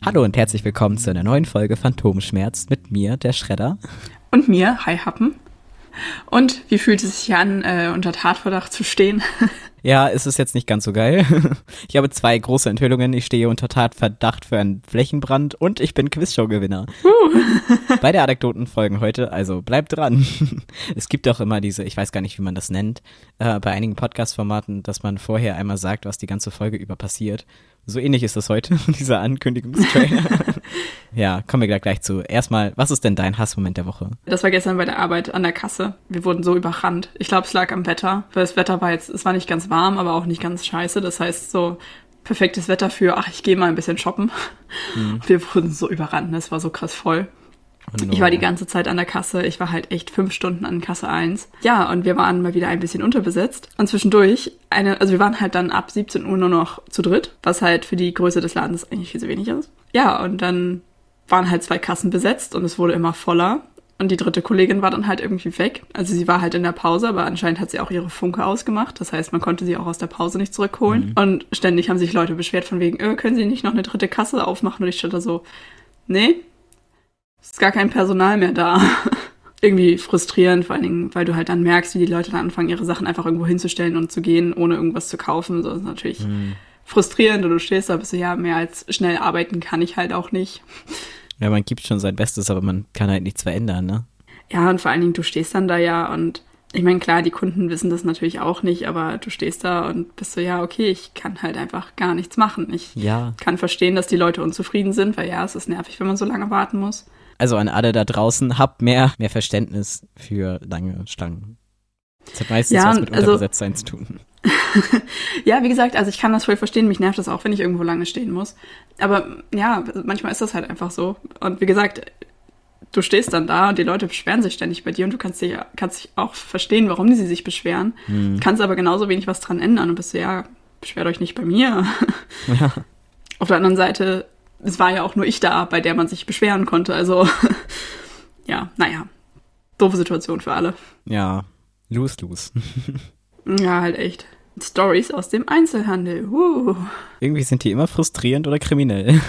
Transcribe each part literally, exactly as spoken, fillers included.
Hallo und herzlich willkommen zu einer neuen Folge Phantomschmerz mit mir, der Schredder. Und mir, Hi Happen. Und wie fühlt es sich an, äh, unter Tatverdacht zu stehen? Ja, es ist jetzt nicht ganz so geil. Ich habe zwei große Enthüllungen. Ich stehe unter Tatverdacht für einen Flächenbrand und ich bin Quizshow-Gewinner. Uh. Beide Anekdoten folgen heute, also bleibt dran. Es gibt auch immer diese, ich weiß gar nicht, wie man das nennt, äh, bei einigen Podcast-Formaten, dass man vorher einmal sagt, was die ganze Folge über passiert. So ähnlich ist das heute, dieser Ankündigungstrailer. Ja, kommen wir gleich zu. Erstmal, was ist denn dein Hassmoment der Woche? Das war gestern bei der Arbeit an der Kasse. Wir wurden so überrannt. Ich glaube, es lag am Wetter, weil das Wetter war jetzt, es war nicht ganz warm, aber auch nicht ganz scheiße. Das heißt, so perfektes Wetter für, ach, ich gehe mal ein bisschen shoppen. Mhm. Wir wurden so überrannt, es war so krass voll. Oh no. Ich war die ganze Zeit an der Kasse. Ich war halt echt fünf Stunden an Kasse eins. Ja, und wir waren mal wieder ein bisschen unterbesetzt. Und zwischendurch, eine, also wir waren halt dann ab siebzehn Uhr nur noch zu dritt, was halt für die Größe des Ladens eigentlich viel zu wenig ist. Ja, und dann waren halt zwei Kassen besetzt und es wurde immer voller. Und die dritte Kollegin war dann halt irgendwie weg. Also sie war halt in der Pause, aber anscheinend hat sie auch ihre Funke ausgemacht. Das heißt, man konnte sie auch aus der Pause nicht zurückholen. Mhm. Und ständig haben sich Leute beschwert von wegen, äh, können Sie nicht noch eine dritte Kasse aufmachen? Und ich stand da so, nee, ist gar kein Personal mehr da. Irgendwie frustrierend, vor allen Dingen, weil du halt dann merkst, wie die Leute dann anfangen, ihre Sachen einfach irgendwo hinzustellen und zu gehen, ohne irgendwas zu kaufen. So, das ist natürlich mhm. frustrierend und du stehst da, bist du, ja, mehr als schnell arbeiten kann ich halt auch nicht. Ja, man gibt schon sein Bestes, aber man kann halt nichts verändern, ne? Ja, und vor allen Dingen, du stehst dann da ja und ich meine, klar, die Kunden wissen das natürlich auch nicht, aber du stehst da und bist so, ja, okay, ich kann halt einfach gar nichts machen. Ich ja. kann verstehen, dass die Leute unzufrieden sind, weil ja, es ist nervig, wenn man so lange warten muss. Also an alle da draußen, habt mehr, mehr Verständnis für lange Schlangen. Das hat meistens ja, was mit also, Unterbesetztsein zu tun. Ja, wie gesagt, also ich kann das voll verstehen, mich nervt das auch, wenn ich irgendwo lange stehen muss. Aber ja, manchmal ist das halt einfach so. Und wie gesagt, du stehst dann da und die Leute beschweren sich ständig bei dir und du kannst dich, kannst dich auch verstehen, warum sie sich beschweren. Hm. Kannst aber genauso wenig was dran ändern und bist so, ja, beschwert euch nicht bei mir. Ja. Auf der anderen Seite, es war ja auch nur ich da, bei der man sich beschweren konnte. Also ja, naja, doofe Situation für alle. Ja, lose, lose. Ja, halt echt. Stories aus dem Einzelhandel. Uh. Irgendwie sind die immer frustrierend oder kriminell.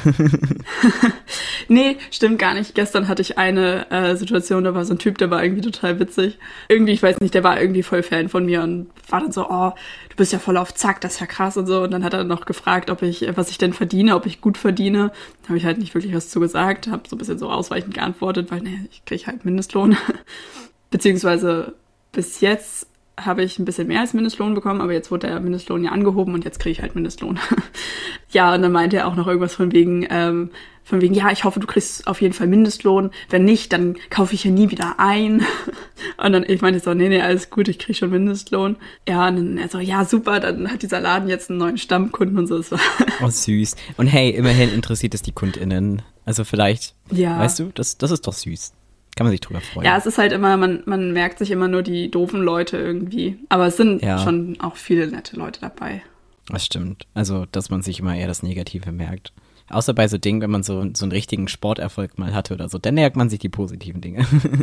Nee, stimmt gar nicht. Gestern hatte ich eine äh, Situation, da war so ein Typ, der war irgendwie total witzig. Irgendwie, ich weiß nicht, der war irgendwie voll Fan von mir und war dann so, oh, du bist ja voll auf Zack, das ist ja krass und so. Und dann hat er noch gefragt, ob ich, was ich denn verdiene, ob ich gut verdiene. Da habe ich halt nicht wirklich was zu gesagt, habe so ein bisschen so ausweichend geantwortet, weil, ne, ich kriege halt Mindestlohn. Beziehungsweise bis jetzt habe ich ein bisschen mehr als Mindestlohn bekommen, aber jetzt wurde der Mindestlohn ja angehoben und jetzt kriege ich halt Mindestlohn. Ja, und dann meinte er auch noch irgendwas von wegen, ähm, von wegen, ja, ich hoffe, du kriegst auf jeden Fall Mindestlohn. Wenn nicht, dann kaufe ich ja nie wieder ein. Und dann, ich meinte so, nee, nee, alles gut, ich kriege schon Mindestlohn. Ja, und dann er so, ja, super, dann hat dieser Laden jetzt einen neuen Stammkunden und so. Das war oh, süß. Und hey, immerhin interessiert es die KundInnen. Also vielleicht, ja. Weißt du, das, das ist doch süß. Kann man sich drüber freuen. Ja, es ist halt immer, man, man merkt sich immer nur die doofen Leute irgendwie. Aber es sind ja. schon auch viele nette Leute dabei. Das stimmt. Also, dass man sich immer eher das Negative merkt. Außer bei so Dingen, wenn man so, so einen richtigen Sporterfolg mal hatte oder so, dann merkt man sich die positiven Dinge.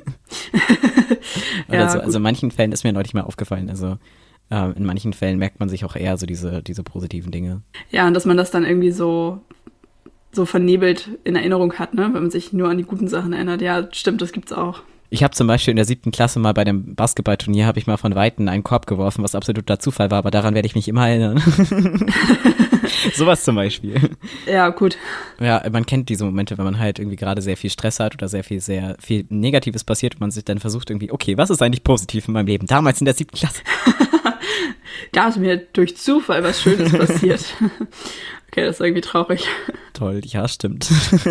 oder ja, so. Also in manchen Fällen ist mir neulich mal aufgefallen, also äh, in manchen Fällen merkt man sich auch eher so diese, diese positiven Dinge. Ja, und dass man das dann irgendwie so so vernebelt in Erinnerung hat, ne, wenn man sich nur an die guten Sachen erinnert. Ja, stimmt, das gibt's auch. Ich habe zum Beispiel in der siebten Klasse mal bei dem Basketballturnier, habe ich mal von Weitem einen Korb geworfen, was absoluter Zufall war, aber daran werde ich mich immer erinnern. Sowas zum Beispiel. Ja, gut. Ja, man kennt diese Momente, wenn man halt irgendwie gerade sehr viel Stress hat oder sehr viel, sehr viel Negatives passiert und man sich dann versucht irgendwie, okay, was ist eigentlich positiv in meinem Leben? Damals in der siebten Klasse. Da ist mir durch Zufall was Schönes passiert. Okay, das ist irgendwie traurig. Toll, ja, stimmt.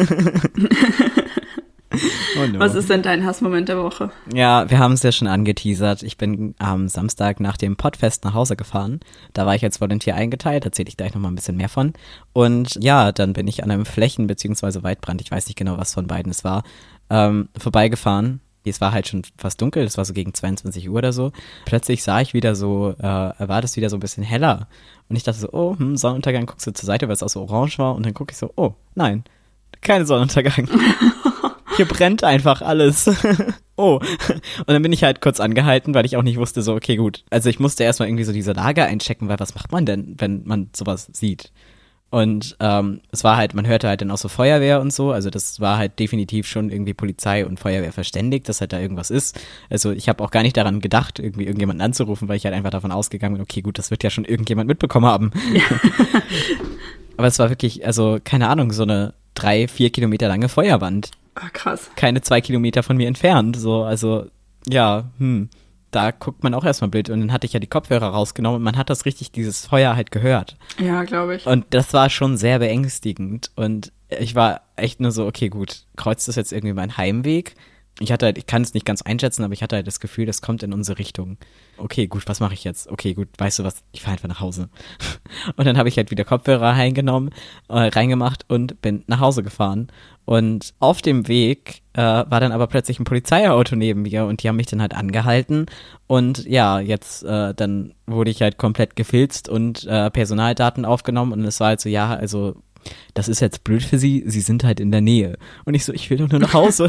Oh no. Was ist denn dein Hassmoment der Woche? Ja, wir haben es ja schon angeteasert. Ich bin am Samstag nach dem Podfest nach Hause gefahren. Da war ich als Volunteer eingeteilt, erzähle ich gleich nochmal ein bisschen mehr von. Und ja, dann bin ich an einem Flächen- bzw. Waldbrand, ich weiß nicht genau, was von beiden es war, ähm, vorbeigefahren. Es war halt schon fast dunkel, es war so gegen zweiundzwanzig Uhr oder so. Plötzlich sah ich wieder so, äh, war das wieder so ein bisschen heller. Und ich dachte so, oh, hm, Sonnenuntergang, guckst du zur Seite, weil es auch so orange war. Und dann gucke ich so, oh, nein, kein Sonnenuntergang. Hier brennt einfach alles. Oh. Und dann bin ich halt kurz angehalten, weil ich auch nicht wusste, so, okay, gut. Also ich musste erstmal irgendwie so diese Lage einchecken, weil was macht man denn, wenn man sowas sieht? Und ähm, es war halt, man hörte halt dann auch so Feuerwehr und so, also das war halt definitiv schon irgendwie Polizei und Feuerwehr verständigt, dass halt da irgendwas ist. Also ich habe auch gar nicht daran gedacht, irgendwie irgendjemanden anzurufen, weil ich halt einfach davon ausgegangen bin, okay, gut, das wird ja schon irgendjemand mitbekommen haben. Aber es war wirklich, also keine Ahnung, so eine drei, vier Kilometer lange Feuerwand. Ach, krass. Keine zwei Kilometer von mir entfernt, so, also ja, hm. Da guckt man auch erstmal blöd und dann hatte ich ja die Kopfhörer rausgenommen und man hat das richtig, dieses Feuer halt gehört. Ja, glaube ich. Und das war schon sehr beängstigend und ich war echt nur so, okay, gut, kreuzt das jetzt irgendwie meinen Heimweg? Ich hatte halt, ich kann es nicht ganz einschätzen, aber ich hatte halt das Gefühl, das kommt in unsere Richtung. Okay, gut, was mache ich jetzt? Okay, gut, weißt du was, ich fahre einfach nach Hause. Und dann habe ich halt wieder Kopfhörer reingenommen, äh, reingemacht und bin nach Hause gefahren. Und auf dem Weg äh, war dann aber plötzlich ein Polizeiauto neben mir und die haben mich dann halt angehalten. Und ja, jetzt, äh, dann wurde ich halt komplett gefilzt und äh, Personaldaten aufgenommen und es war halt so, ja, also das ist jetzt blöd für sie, sie sind halt in der Nähe. Und ich so, ich will doch nur nach Hause.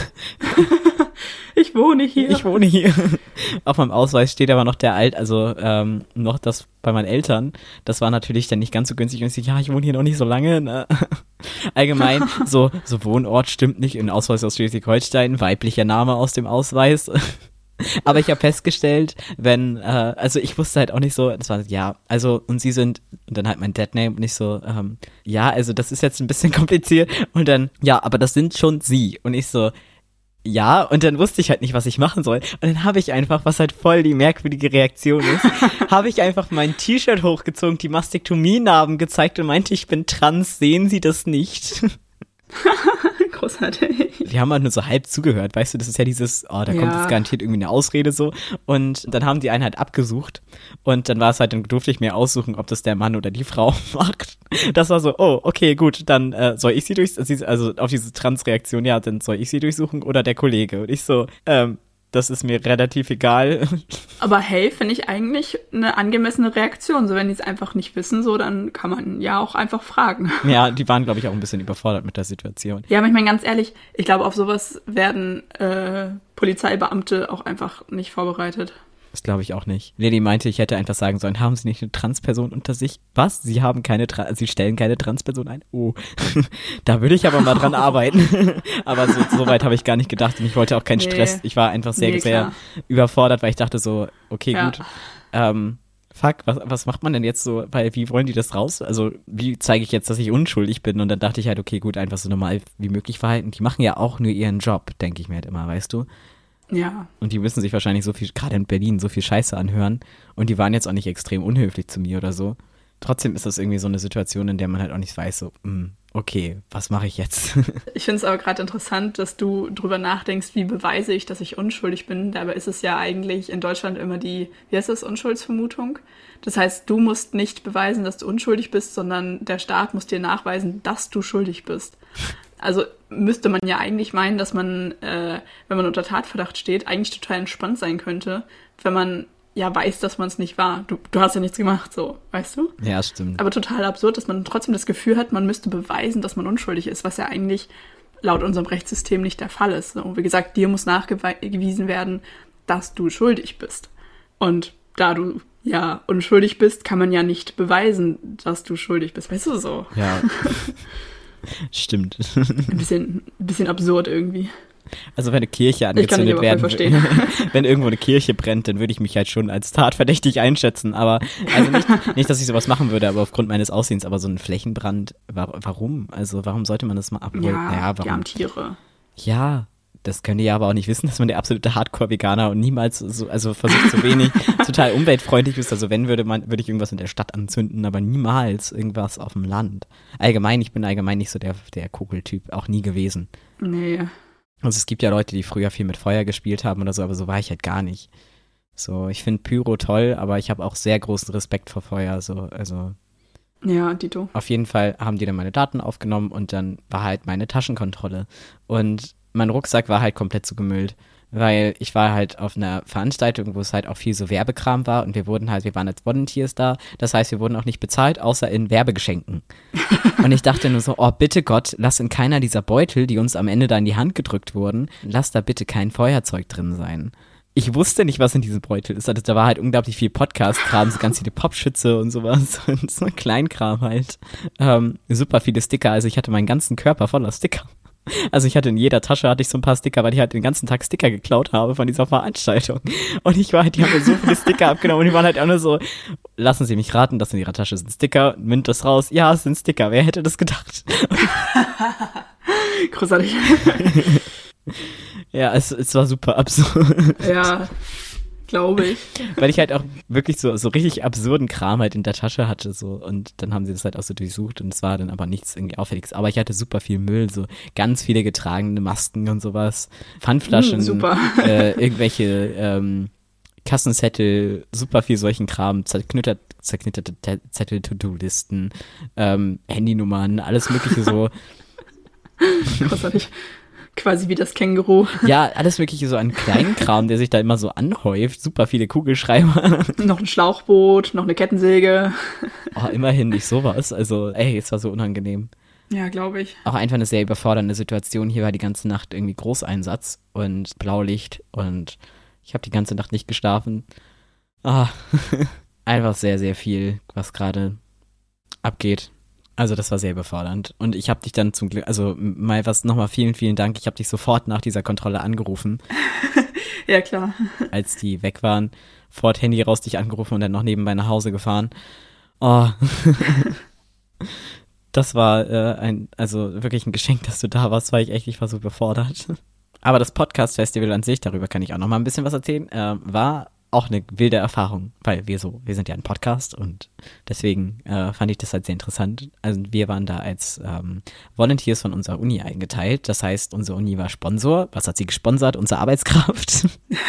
Ich wohne hier. Ich wohne hier. Auf meinem Ausweis steht aber noch der Alt, also ähm, noch das bei meinen Eltern. Das war natürlich dann nicht ganz so günstig. Und ich so, ja, ich wohne hier noch nicht so lange. Ne? Allgemein, so, so Wohnort stimmt nicht. Ein Ausweis aus Schleswig-Holstein, weiblicher Name aus dem Ausweis. Aber ich habe festgestellt, wenn, äh, also ich wusste halt auch nicht so, das war, ja, also, und sie sind, und dann halt mein Deadname und ich so, ähm, ja, also das ist jetzt ein bisschen kompliziert und dann, ja, aber das sind schon sie und ich so, ja, und dann wusste ich halt nicht, was ich machen soll. Und dann habe ich einfach, was halt voll die merkwürdige Reaktion ist, habe ich einfach mein T-Shirt hochgezogen, die Mastektomie-Narben gezeigt und meinte, ich bin trans, sehen Sie das nicht? Großartig. Wir haben halt nur so halb zugehört, weißt du, das ist ja dieses, oh, da kommt Ja. jetzt garantiert irgendwie eine Ausrede so. Und dann haben die einen halt abgesucht und dann war es halt, dann durfte ich mir aussuchen, ob das der Mann oder die Frau macht. Das war so, oh, okay, gut, dann äh, soll ich sie durchsuchen, also auf diese Transreaktion, ja, dann soll ich sie durchsuchen oder der Kollege. Und ich so, ähm, das ist mir relativ egal. Aber hey, finde ich eigentlich eine angemessene Reaktion. So, wenn die es einfach nicht wissen, so, dann kann man ja auch einfach fragen. Ja, die waren, glaube ich, auch ein bisschen überfordert mit der Situation. Ja, aber ich meine ganz ehrlich, ich glaube, auf sowas werden äh, Polizeibeamte auch einfach nicht vorbereitet. Das glaube ich auch nicht. Lady meinte, ich hätte einfach sagen sollen, haben Sie nicht eine Transperson unter sich? Was? Sie haben keine, Tra- Sie stellen keine Transperson ein? Oh, da würde ich aber mal dran arbeiten. Aber so, so weit habe ich gar nicht gedacht und ich wollte auch keinen Nee. Stress. Ich war einfach sehr, Nee, sehr klar. überfordert, weil ich dachte so, okay, Ja. gut, ähm, fuck, was, was macht man denn jetzt so, weil wie wollen die das raus? Also wie zeige ich jetzt, dass ich unschuldig bin? Und dann dachte ich halt, okay, gut, einfach so normal wie möglich verhalten. Die machen ja auch nur ihren Job, denke ich mir halt immer, weißt du? Ja. Und die müssen sich wahrscheinlich so viel, gerade in Berlin, so viel Scheiße anhören. Und die waren jetzt auch nicht extrem unhöflich zu mir oder so. Trotzdem ist das irgendwie so eine Situation, in der man halt auch nicht weiß, so, mh, okay, was mache ich jetzt? Ich finde es aber gerade interessant, dass du drüber nachdenkst, wie beweise ich, dass ich unschuldig bin. Dabei ist es ja eigentlich in Deutschland immer die, wie heißt das, Unschuldsvermutung. Das heißt, du musst nicht beweisen, dass du unschuldig bist, sondern der Staat muss dir nachweisen, dass du schuldig bist. Also müsste man ja eigentlich meinen, dass man, äh, wenn man unter Tatverdacht steht, eigentlich total entspannt sein könnte, wenn man ja weiß, dass man es nicht war. Du, du hast ja nichts gemacht, so, weißt du? Ja, stimmt. Aber total absurd, dass man trotzdem das Gefühl hat, man müsste beweisen, dass man unschuldig ist, was ja eigentlich laut unserem Rechtssystem nicht der Fall ist. Und wie gesagt, dir muss nachgewiesen werden, dass du schuldig bist. Und da du ja unschuldig bist, kann man ja nicht beweisen, dass du schuldig bist. Weißt du, so. Ja. Stimmt. Ein bisschen, ein bisschen absurd irgendwie. Also wenn eine Kirche Ich kann dich angezündet aber werden voll würde, verstehen. wenn irgendwo eine Kirche brennt, dann würde ich mich halt schon als tatverdächtig einschätzen. Aber also nicht, nicht, dass ich sowas machen würde, aber aufgrund meines Aussehens. Aber so ein Flächenbrand, wa- warum? Also warum sollte man das mal abholen? Ja, naja, die warum? armen Tiere. Ja, das könnt ihr ja aber auch nicht wissen, dass man der absolute Hardcore-Veganer und niemals so, also versucht so wenig total umweltfreundlich ist. Also wenn, würde man, würde ich irgendwas in der Stadt anzünden, aber niemals irgendwas auf dem Land. Allgemein, ich bin allgemein nicht so der, der Kugeltyp, auch nie gewesen. Nee. Also es gibt ja Leute, die früher viel mit Feuer gespielt haben oder so, aber so war ich halt gar nicht. So, ich finde Pyro toll, aber ich habe auch sehr großen Respekt vor Feuer, so, also Ja, Dito. auf jeden Fall haben die dann meine Daten aufgenommen und dann war halt meine Taschenkontrolle. Und mein Rucksack war halt komplett zugemüllt, weil ich war halt auf einer Veranstaltung, wo es halt auch viel so Werbekram war und wir wurden halt, wir waren als Volunteers da, das heißt, wir wurden auch nicht bezahlt, außer in Werbegeschenken. Und ich dachte nur so, oh bitte Gott, lass in keiner dieser Beutel, die uns am Ende da in die Hand gedrückt wurden, lass da bitte kein Feuerzeug drin sein. ich wusste nicht, was in diesem Beutel ist. Also, da war halt unglaublich viel Podcast-Kram, so ganz viele Popschütze und sowas und so ein Kleinkram halt. Ähm, super viele Sticker, also ich hatte meinen ganzen Körper voller Sticker. Also ich hatte in jeder Tasche hatte ich so ein paar Sticker, weil ich halt den ganzen Tag Sticker geklaut habe von dieser Veranstaltung. Und ich war halt, die haben mir so viele Sticker abgenommen und die waren halt auch nur so, lassen Sie mich raten, das in Ihrer Tasche sind Sticker, nimmt das raus, ja, es sind Sticker, wer hätte das gedacht? Großartig. Ja, es, es war super absurd. Ja, glaube ich. Weil ich halt auch wirklich so, so richtig absurden Kram halt in der Tasche hatte, so. Und dann haben sie das halt auch so durchsucht und es war dann aber nichts irgendwie Auffälliges. Aber ich hatte super viel Müll, so ganz viele getragene Masken und sowas. Pfandflaschen, mm, super. äh, irgendwelche, ähm, Kassenzettel, super viel solchen Kram, zerknittert, zerknitterte Zettel, To-Do-Listen, ähm, Handynummern, alles mögliche so. Großartig. Quasi wie das Känguru. Ja, alles mögliche so an kleinen Kram, der sich da immer so anhäuft. Super viele Kugelschreiber. Noch ein Schlauchboot, noch eine Kettensäge. Oh, immerhin nicht sowas. Also, ey, es war so unangenehm. Ja, glaube ich. Auch einfach eine sehr überfordernde Situation. Hier war die ganze Nacht irgendwie Großeinsatz und Blaulicht und ich habe die ganze Nacht nicht geschlafen. Ah, einfach sehr, sehr viel, was gerade abgeht. Also das war sehr überfordernd. Und ich habe dich dann zum Glück, also mal was nochmal vielen, vielen Dank. Ich habe dich sofort nach dieser Kontrolle angerufen. Ja, klar. Als die weg waren, fort Handy raus, dich angerufen und dann noch nebenbei nach Hause gefahren. Oh. Das war äh, ein, also wirklich ein Geschenk, dass du da warst, weil ich echt, ich war so überfordert. Aber das Podcast-Festival an sich, darüber kann ich auch noch mal ein bisschen was erzählen, äh, war auch eine wilde Erfahrung, weil wir so, wir sind ja ein Podcast und deswegen äh, fand ich das halt sehr interessant. Also wir waren da als ähm, Volunteers von unserer Uni eingeteilt. Das heißt, unsere Uni war Sponsor. Was hat sie gesponsert? Unsere Arbeitskraft.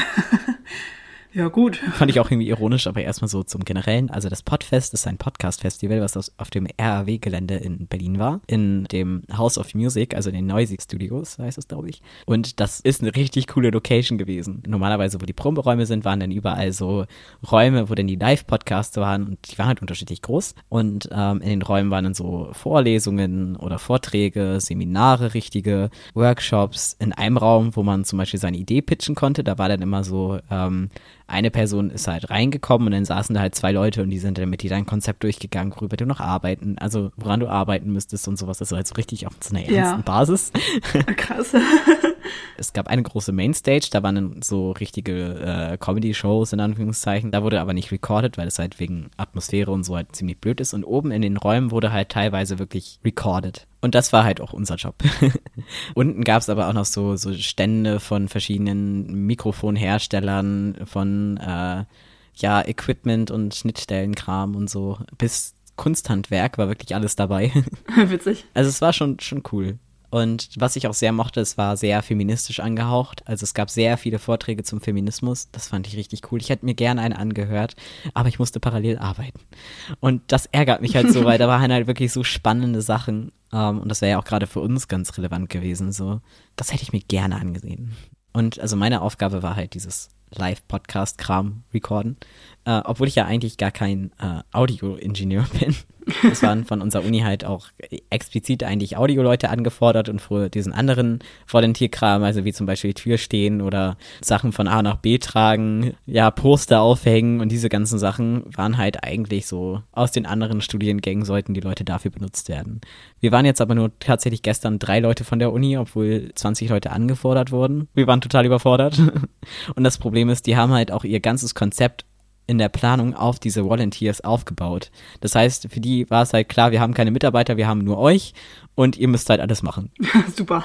Ja, gut. Fand ich auch irgendwie ironisch, aber erstmal so zum Generellen. Also das Podfest ist ein Podcast-Festival, was aus, auf dem R A W-Gelände in Berlin war. In dem House of Music, also den Noisy Studios, heißt es, glaube ich. Und das ist eine richtig coole Location gewesen. Normalerweise, wo die Proberäume sind, waren dann überall so Räume, wo dann die Live-Podcasts waren. Und die waren halt unterschiedlich groß. Und ähm, in den Räumen waren dann so Vorlesungen oder Vorträge, Seminare, richtige Workshops. In einem Raum, wo man zum Beispiel seine Idee pitchen konnte, da war dann immer so ähm, eine Person ist halt reingekommen und dann saßen da halt zwei Leute und die sind dann mit dir dein Konzept durchgegangen, worüber du noch arbeiten, also woran du arbeiten müsstest und sowas. Das ist halt so richtig auf so einer ernsten Ja. Basis. Krass. Es gab eine große Mainstage, da waren dann so richtige äh, Comedy-Shows in Anführungszeichen. Da wurde aber nicht recorded, weil es halt wegen Atmosphäre und so halt ziemlich blöd ist. Und oben in den Räumen wurde halt teilweise wirklich recorded. Und das war halt auch unser Job. Unten gab es aber auch noch so, so Stände von verschiedenen Mikrofonherstellern, von äh, ja, Equipment und Schnittstellenkram und so. Bis Kunsthandwerk war wirklich alles dabei. Witzig. Also es war schon, schon cool. Und was ich auch sehr mochte, es war sehr feministisch angehaucht. Also es gab sehr viele Vorträge zum Feminismus. Das fand ich richtig cool. Ich hätte mir gerne einen angehört, aber ich musste parallel arbeiten. Und das ärgert mich halt so, weil da waren halt wirklich so spannende Sachen. Um, und das wäre ja auch gerade für uns ganz relevant gewesen. So, das hätte ich mir gerne angesehen. Und also meine Aufgabe war halt dieses Live-Podcast-Kram recorden. Äh, obwohl ich ja eigentlich gar kein äh, Audio-Ingenieur bin. Es waren von unserer Uni halt auch explizit eigentlich Audioleute angefordert und für diesen anderen Volunteer-Kram, also wie zum Beispiel Tür stehen oder Sachen von A nach B tragen, ja, Poster aufhängen und diese ganzen Sachen waren halt eigentlich so aus den anderen Studiengängen sollten die Leute dafür benutzt werden. Wir waren jetzt aber nur tatsächlich gestern drei Leute von der Uni, obwohl zwanzig Leute angefordert wurden. Wir waren total überfordert. Und das Problem ist, die haben halt auch ihr ganzes Konzept in der Planung auf diese Volunteers aufgebaut. Das heißt, für die war es halt klar, wir haben keine Mitarbeiter, wir haben nur euch und ihr müsst halt alles machen. Super.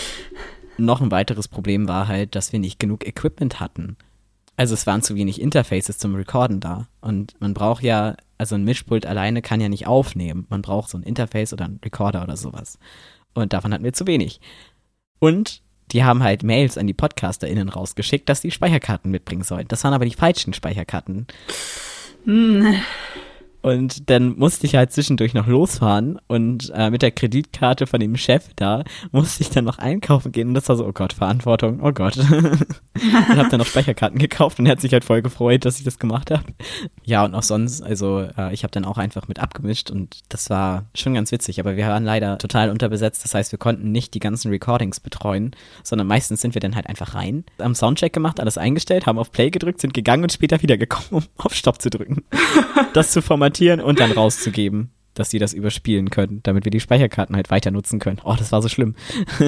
Noch ein weiteres Problem war halt, dass wir nicht genug Equipment hatten. Also es waren zu wenig Interfaces zum Recorden da. Und man braucht ja, also ein Mischpult alleine kann ja nicht aufnehmen. Man braucht so ein Interface oder einen Recorder oder sowas. Und davon hatten wir zu wenig. Und die haben halt Mails an die PodcasterInnen rausgeschickt, dass die Speicherkarten mitbringen sollen. Das waren aber die falschen Speicherkarten. Hm. Und dann musste ich halt zwischendurch noch losfahren und äh, mit der Kreditkarte von dem Chef da musste ich dann noch einkaufen gehen und das war so, oh Gott, Verantwortung, oh Gott. Und habe dann noch Speicherkarten gekauft und er hat sich halt voll gefreut, dass ich das gemacht habe. Ja, und auch sonst, also äh, ich habe dann auch einfach mit abgemischt und das war schon ganz witzig, aber wir waren leider total unterbesetzt, das heißt, wir konnten nicht die ganzen Recordings betreuen, sondern meistens sind wir dann halt einfach rein, haben Soundcheck gemacht, alles eingestellt, haben auf Play gedrückt, sind gegangen und später wiedergekommen, um auf Stopp zu drücken. Das zu formatieren und dann rauszugeben, dass die das überspielen können, damit wir die Speicherkarten halt weiter nutzen können. Oh, das war so schlimm.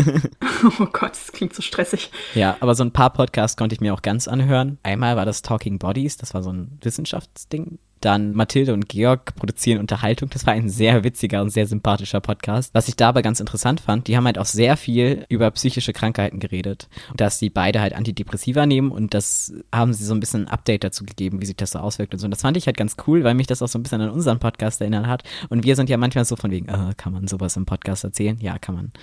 Oh Gott, das klingt so stressig. Ja, aber so ein paar Podcasts konnte ich mir auch ganz anhören. Einmal war das Talking Bodies, das war so ein Wissenschaftsding. Dann Mathilde und Georg produzieren Unterhaltung. Das war ein sehr witziger und sehr sympathischer Podcast. Was ich dabei ganz interessant fand, die haben halt auch sehr viel über psychische Krankheiten geredet. Dass die beide halt Antidepressiva nehmen und das haben sie so ein bisschen ein Update dazu gegeben, wie sich das so auswirkt und so. Und das fand ich halt ganz cool, weil mich das auch so ein bisschen an unseren Podcast erinnert hat. Und wir sind ja manchmal so von wegen, äh, kann man sowas im Podcast erzählen? Ja, kann man.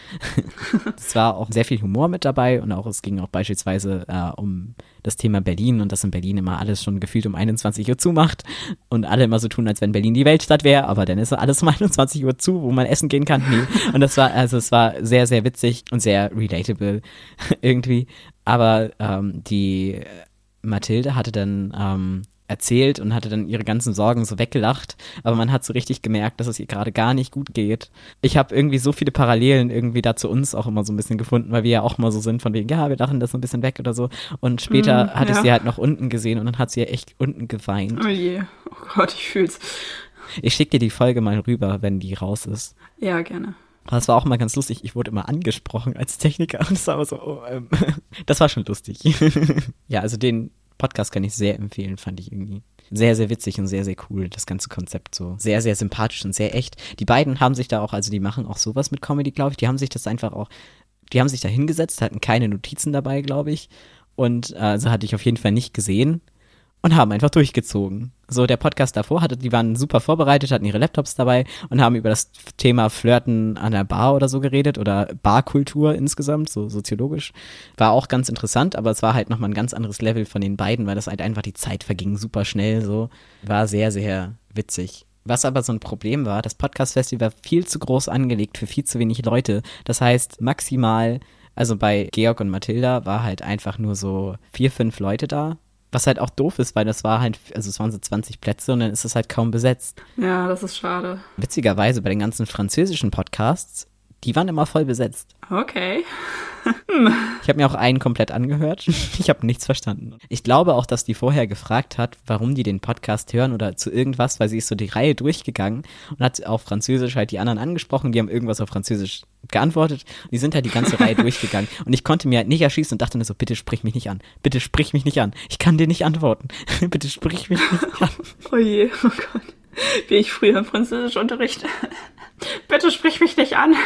Es war auch sehr viel Humor mit dabei und auch es ging auch beispielsweise äh, um das Thema Berlin und dass in Berlin immer alles schon gefühlt um einundzwanzig Uhr zumacht und alle immer so tun, als wenn Berlin die Weltstadt wäre, aber dann ist alles um einundzwanzig Uhr zu, wo man essen gehen kann. Nee. Und das war, also es war sehr, sehr witzig und sehr relatable irgendwie. Aber ähm, die Mathilde hatte dann ähm, erzählt und hatte dann ihre ganzen Sorgen so weggelacht, aber man hat so richtig gemerkt, dass es ihr gerade gar nicht gut geht. Ich habe irgendwie so viele Parallelen irgendwie da zu uns auch immer so ein bisschen gefunden, weil wir ja auch immer so sind von wegen, ja, wir lachen das so ein bisschen weg oder so und später mm, hatte ja. ich sie halt noch unten gesehen und dann hat sie ja echt unten geweint. Oh je, oh Gott, ich fühl's. Ich schicke dir die Folge mal rüber, wenn die raus ist. Ja, gerne. Das war auch mal ganz lustig, ich wurde immer angesprochen als Techniker und das war aber so, oh, ähm, das war schon lustig. Ja, also den Podcast kann ich sehr empfehlen, fand ich irgendwie sehr, sehr witzig und sehr, sehr cool, das ganze Konzept so sehr, sehr sympathisch und sehr echt. Die beiden haben sich da auch, also die machen auch sowas mit Comedy, glaube ich, die haben sich das einfach auch, die haben sich da hingesetzt, hatten keine Notizen dabei, glaube ich und äh, also hatte ich auf jeden Fall nicht gesehen und haben einfach durchgezogen. So, der Podcast davor, hatte, die waren super vorbereitet, hatten ihre Laptops dabei und haben über das Thema Flirten an der Bar oder so geredet oder Barkultur insgesamt, so soziologisch. War auch ganz interessant, aber es war halt nochmal ein ganz anderes Level von den beiden, weil das halt einfach die Zeit verging super schnell so. War sehr, sehr witzig. Was aber so ein Problem war, das Podcast-Festival war viel zu groß angelegt für viel zu wenig Leute. Das heißt, maximal, also bei Georg und Mathilda war halt einfach nur so vier, fünf Leute da. Was halt auch doof ist, weil das war halt, also es waren so zwanzig Plätze und dann ist es halt kaum besetzt. Ja, das ist schade. Witzigerweise bei den ganzen französischen Podcasts, die waren immer voll besetzt. Okay. Ich habe mir auch einen komplett angehört. Ich habe nichts verstanden. Ich glaube auch, dass die vorher gefragt hat, warum die den Podcast hören oder zu irgendwas, weil sie ist so die Reihe durchgegangen und hat auf Französisch halt die anderen angesprochen. Die haben irgendwas auf Französisch geantwortet. Und die sind halt die ganze Reihe durchgegangen. Und ich konnte mir halt nicht erschießen und dachte nur so, bitte sprich mich nicht an. Bitte sprich mich nicht an. Ich kann dir nicht antworten. Bitte sprich mich nicht an. Oh je, oh Gott. Wie ich früher im Französischunterricht. Bitte sprich mich nicht an.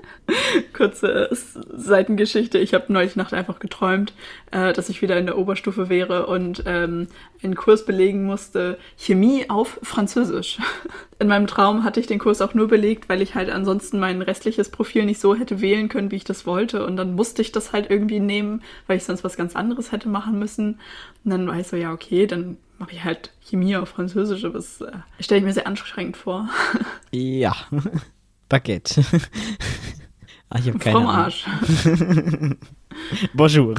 Kurze Seitengeschichte. Ich habe neulich Nacht einfach geträumt, äh, dass ich wieder in der Oberstufe wäre und ähm, einen Kurs belegen musste, Chemie auf Französisch. In meinem Traum hatte ich den Kurs auch nur belegt, weil ich halt ansonsten mein restliches Profil nicht so hätte wählen können, wie ich das wollte. Und dann musste ich das halt irgendwie nehmen, weil ich sonst was ganz anderes hätte machen müssen. Und dann war ich so, ja okay, dann mache ich halt Chemie auf Französisch. Aber das äh, stelle ich mir sehr anstrengend vor. Ja, Baguette. Ah, ich habe keine Fromage. Ahnung. Bonjour.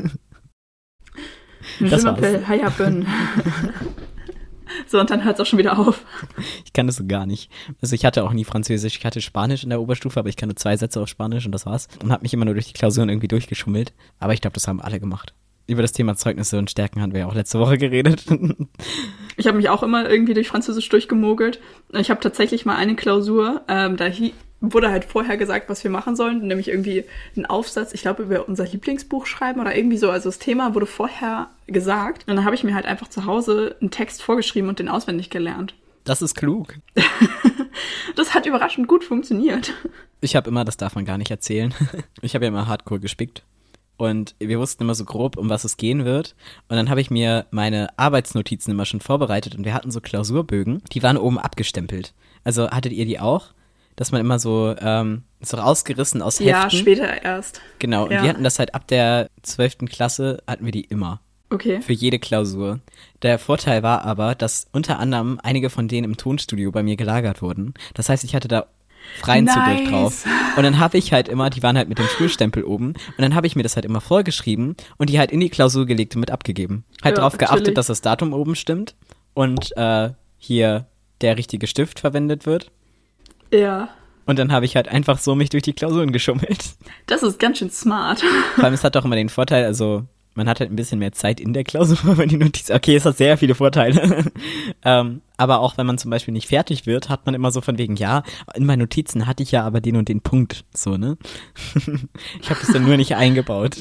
Das war's. So, und dann hört es auch schon wieder auf. Ich kann das so gar nicht. Also ich hatte auch nie Französisch, ich hatte Spanisch in der Oberstufe, aber ich kann nur zwei Sätze auf Spanisch und das war's. Und habe mich immer nur durch die Klausuren irgendwie durchgeschummelt. Aber ich glaube, das haben alle gemacht. Über das Thema Zeugnisse und Stärken hatten wir ja auch letzte Woche geredet. Ich habe mich auch immer irgendwie durch Französisch durchgemogelt. Ich habe tatsächlich mal eine Klausur, ähm, da hi- wurde halt vorher gesagt, was wir machen sollen, nämlich irgendwie einen Aufsatz, ich glaube, über unser Lieblingsbuch schreiben oder irgendwie so. Also das Thema wurde vorher gesagt. Und dann habe ich mir halt einfach zu Hause einen Text vorgeschrieben und den auswendig gelernt. Das ist klug. Das hat überraschend gut funktioniert. Ich habe immer, das darf man gar nicht erzählen, ich habe ja immer Hardcore gespickt. Und wir wussten immer so grob, um was es gehen wird. Und dann habe ich mir meine Arbeitsnotizen immer schon vorbereitet und wir hatten so Klausurbögen, die waren oben abgestempelt. Also hattet ihr die auch? Dass man immer so, ähm, so rausgerissen aus Heften. Ja, später erst. Genau, und ja. wir hatten das halt ab der zwölften Klasse, hatten wir die immer. Okay. Für jede Klausur. Der Vorteil war aber, dass unter anderem einige von denen im Tonstudio bei mir gelagert wurden. Das heißt, ich hatte da freien Nice. Zugriff drauf. Und dann habe ich halt immer, die waren halt mit dem Schulstempel oben, und dann habe ich mir das halt immer vorgeschrieben und die halt in die Klausur gelegt und mit abgegeben. Halt Ja, darauf geachtet, chillig. dass das Datum oben stimmt und äh, hier der richtige Stift verwendet wird. Ja. Und dann habe ich halt einfach so mich durch die Klausuren geschummelt. Das ist ganz schön smart. Vor allem, es hat auch immer den Vorteil, also man hat halt ein bisschen mehr Zeit in der Klausur, wenn die Notiz, okay, es hat sehr viele Vorteile. ähm, aber auch wenn man zum Beispiel nicht fertig wird, hat man immer so von wegen, ja, in meinen Notizen hatte ich ja aber den und den Punkt, so, ne? Ich habe das dann nur nicht eingebaut.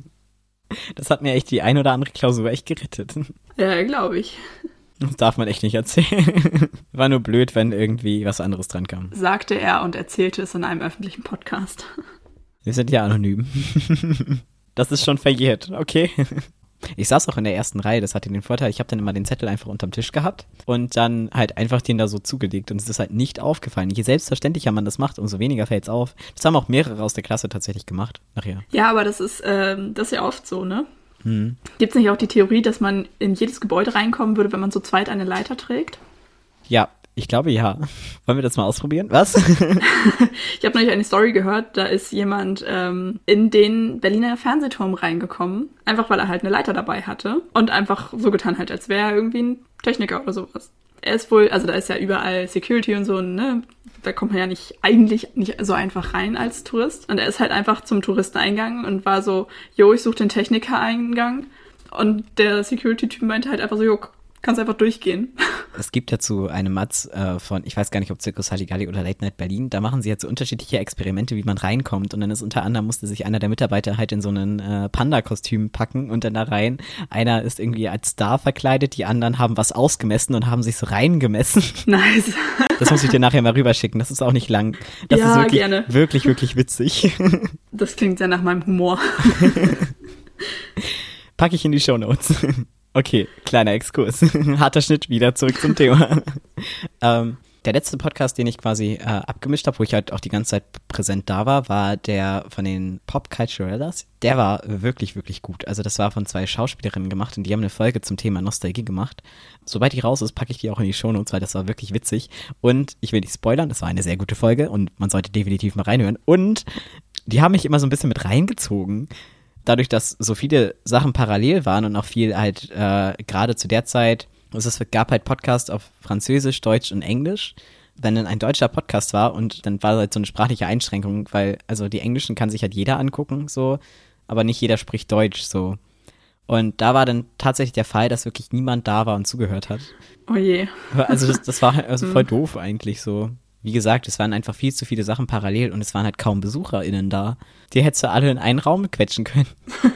Das hat mir echt die ein oder andere Klausur echt gerettet. Ja, glaube ich. Das darf man echt nicht erzählen. War nur blöd, wenn irgendwie was anderes dran kam. Sagte er und erzählte es in einem öffentlichen Podcast. Wir sind ja anonym. Das ist schon verjährt, okay. Ich saß auch in der ersten Reihe, das hatte den Vorteil, ich habe dann immer den Zettel einfach unterm Tisch gehabt und dann halt einfach den da so zugelegt und es ist halt nicht aufgefallen. Je selbstverständlicher man das macht, umso weniger fällt's auf. Das haben auch mehrere aus der Klasse tatsächlich gemacht, nachher. Ja, aber das ist, ähm, das ist ja oft so, ne? Hm. Gibt es nicht auch die Theorie, dass man in jedes Gebäude reinkommen würde, wenn man zu zweit eine Leiter trägt? Ja, ich glaube ja. Wollen wir das mal ausprobieren? Was? Ich habe neulich eine Story gehört, da ist jemand ähm, in den Berliner Fernsehturm reingekommen, einfach weil er halt eine Leiter dabei hatte und einfach so getan halt, als wäre er irgendwie ein Techniker oder sowas. Er ist wohl, also da ist ja überall Security und so, ne? Da kommt man ja nicht, eigentlich nicht so einfach rein als Tourist. Und er ist halt einfach zum Touristeneingang und war so, jo, ich suche den Techniker-Eingang. Und der Security-Typ meinte halt einfach so, jo, kannst einfach durchgehen. Es gibt dazu eine Matz äh, von, ich weiß gar nicht, ob Circus Halligalli oder Late Night Berlin, da machen sie jetzt so unterschiedliche Experimente, wie man reinkommt und dann ist unter anderem, musste sich einer der Mitarbeiter halt in so einen äh, Panda-Kostüm packen und dann da rein. Einer ist irgendwie als Star verkleidet, die anderen haben was ausgemessen und haben sich so reingemessen. Nice. Das muss ich dir nachher mal rüberschicken, das ist auch nicht lang. Das Ja, ist wirklich, gerne. wirklich, wirklich witzig. Das klingt sehr nach meinem Humor. Packe ich in die Shownotes. Okay, kleiner Exkurs. Harter Schnitt, wieder zurück zum Thema. ähm, der letzte Podcast, den ich quasi äh, abgemischt habe, wo ich halt auch die ganze Zeit präsent da war, war der von den Pop Culturellas. Der war wirklich, wirklich gut. Also das war von zwei Schauspielerinnen gemacht und die haben eine Folge zum Thema Nostalgie gemacht. Sobald die raus ist, packe ich die auch in die Shownotes, weil das war wirklich witzig. Und ich will nicht spoilern, das war eine sehr gute Folge und man sollte definitiv mal reinhören. Und die haben mich immer so ein bisschen mit reingezogen. Dadurch, dass so viele Sachen parallel waren und auch viel halt äh, gerade zu der Zeit, also es gab halt Podcasts auf Französisch, Deutsch und Englisch. Wenn dann ein deutscher Podcast war und dann war halt so eine sprachliche Einschränkung, weil also die Englischen kann sich halt jeder angucken, so, aber nicht jeder spricht Deutsch, so. Und da war dann tatsächlich der Fall, dass wirklich niemand da war und zugehört hat. Oh je. Also das, das war also voll doof eigentlich so. Wie gesagt, es waren einfach viel zu viele Sachen parallel und es waren halt kaum BesucherInnen da. Die hättest du alle in einen Raum quetschen können.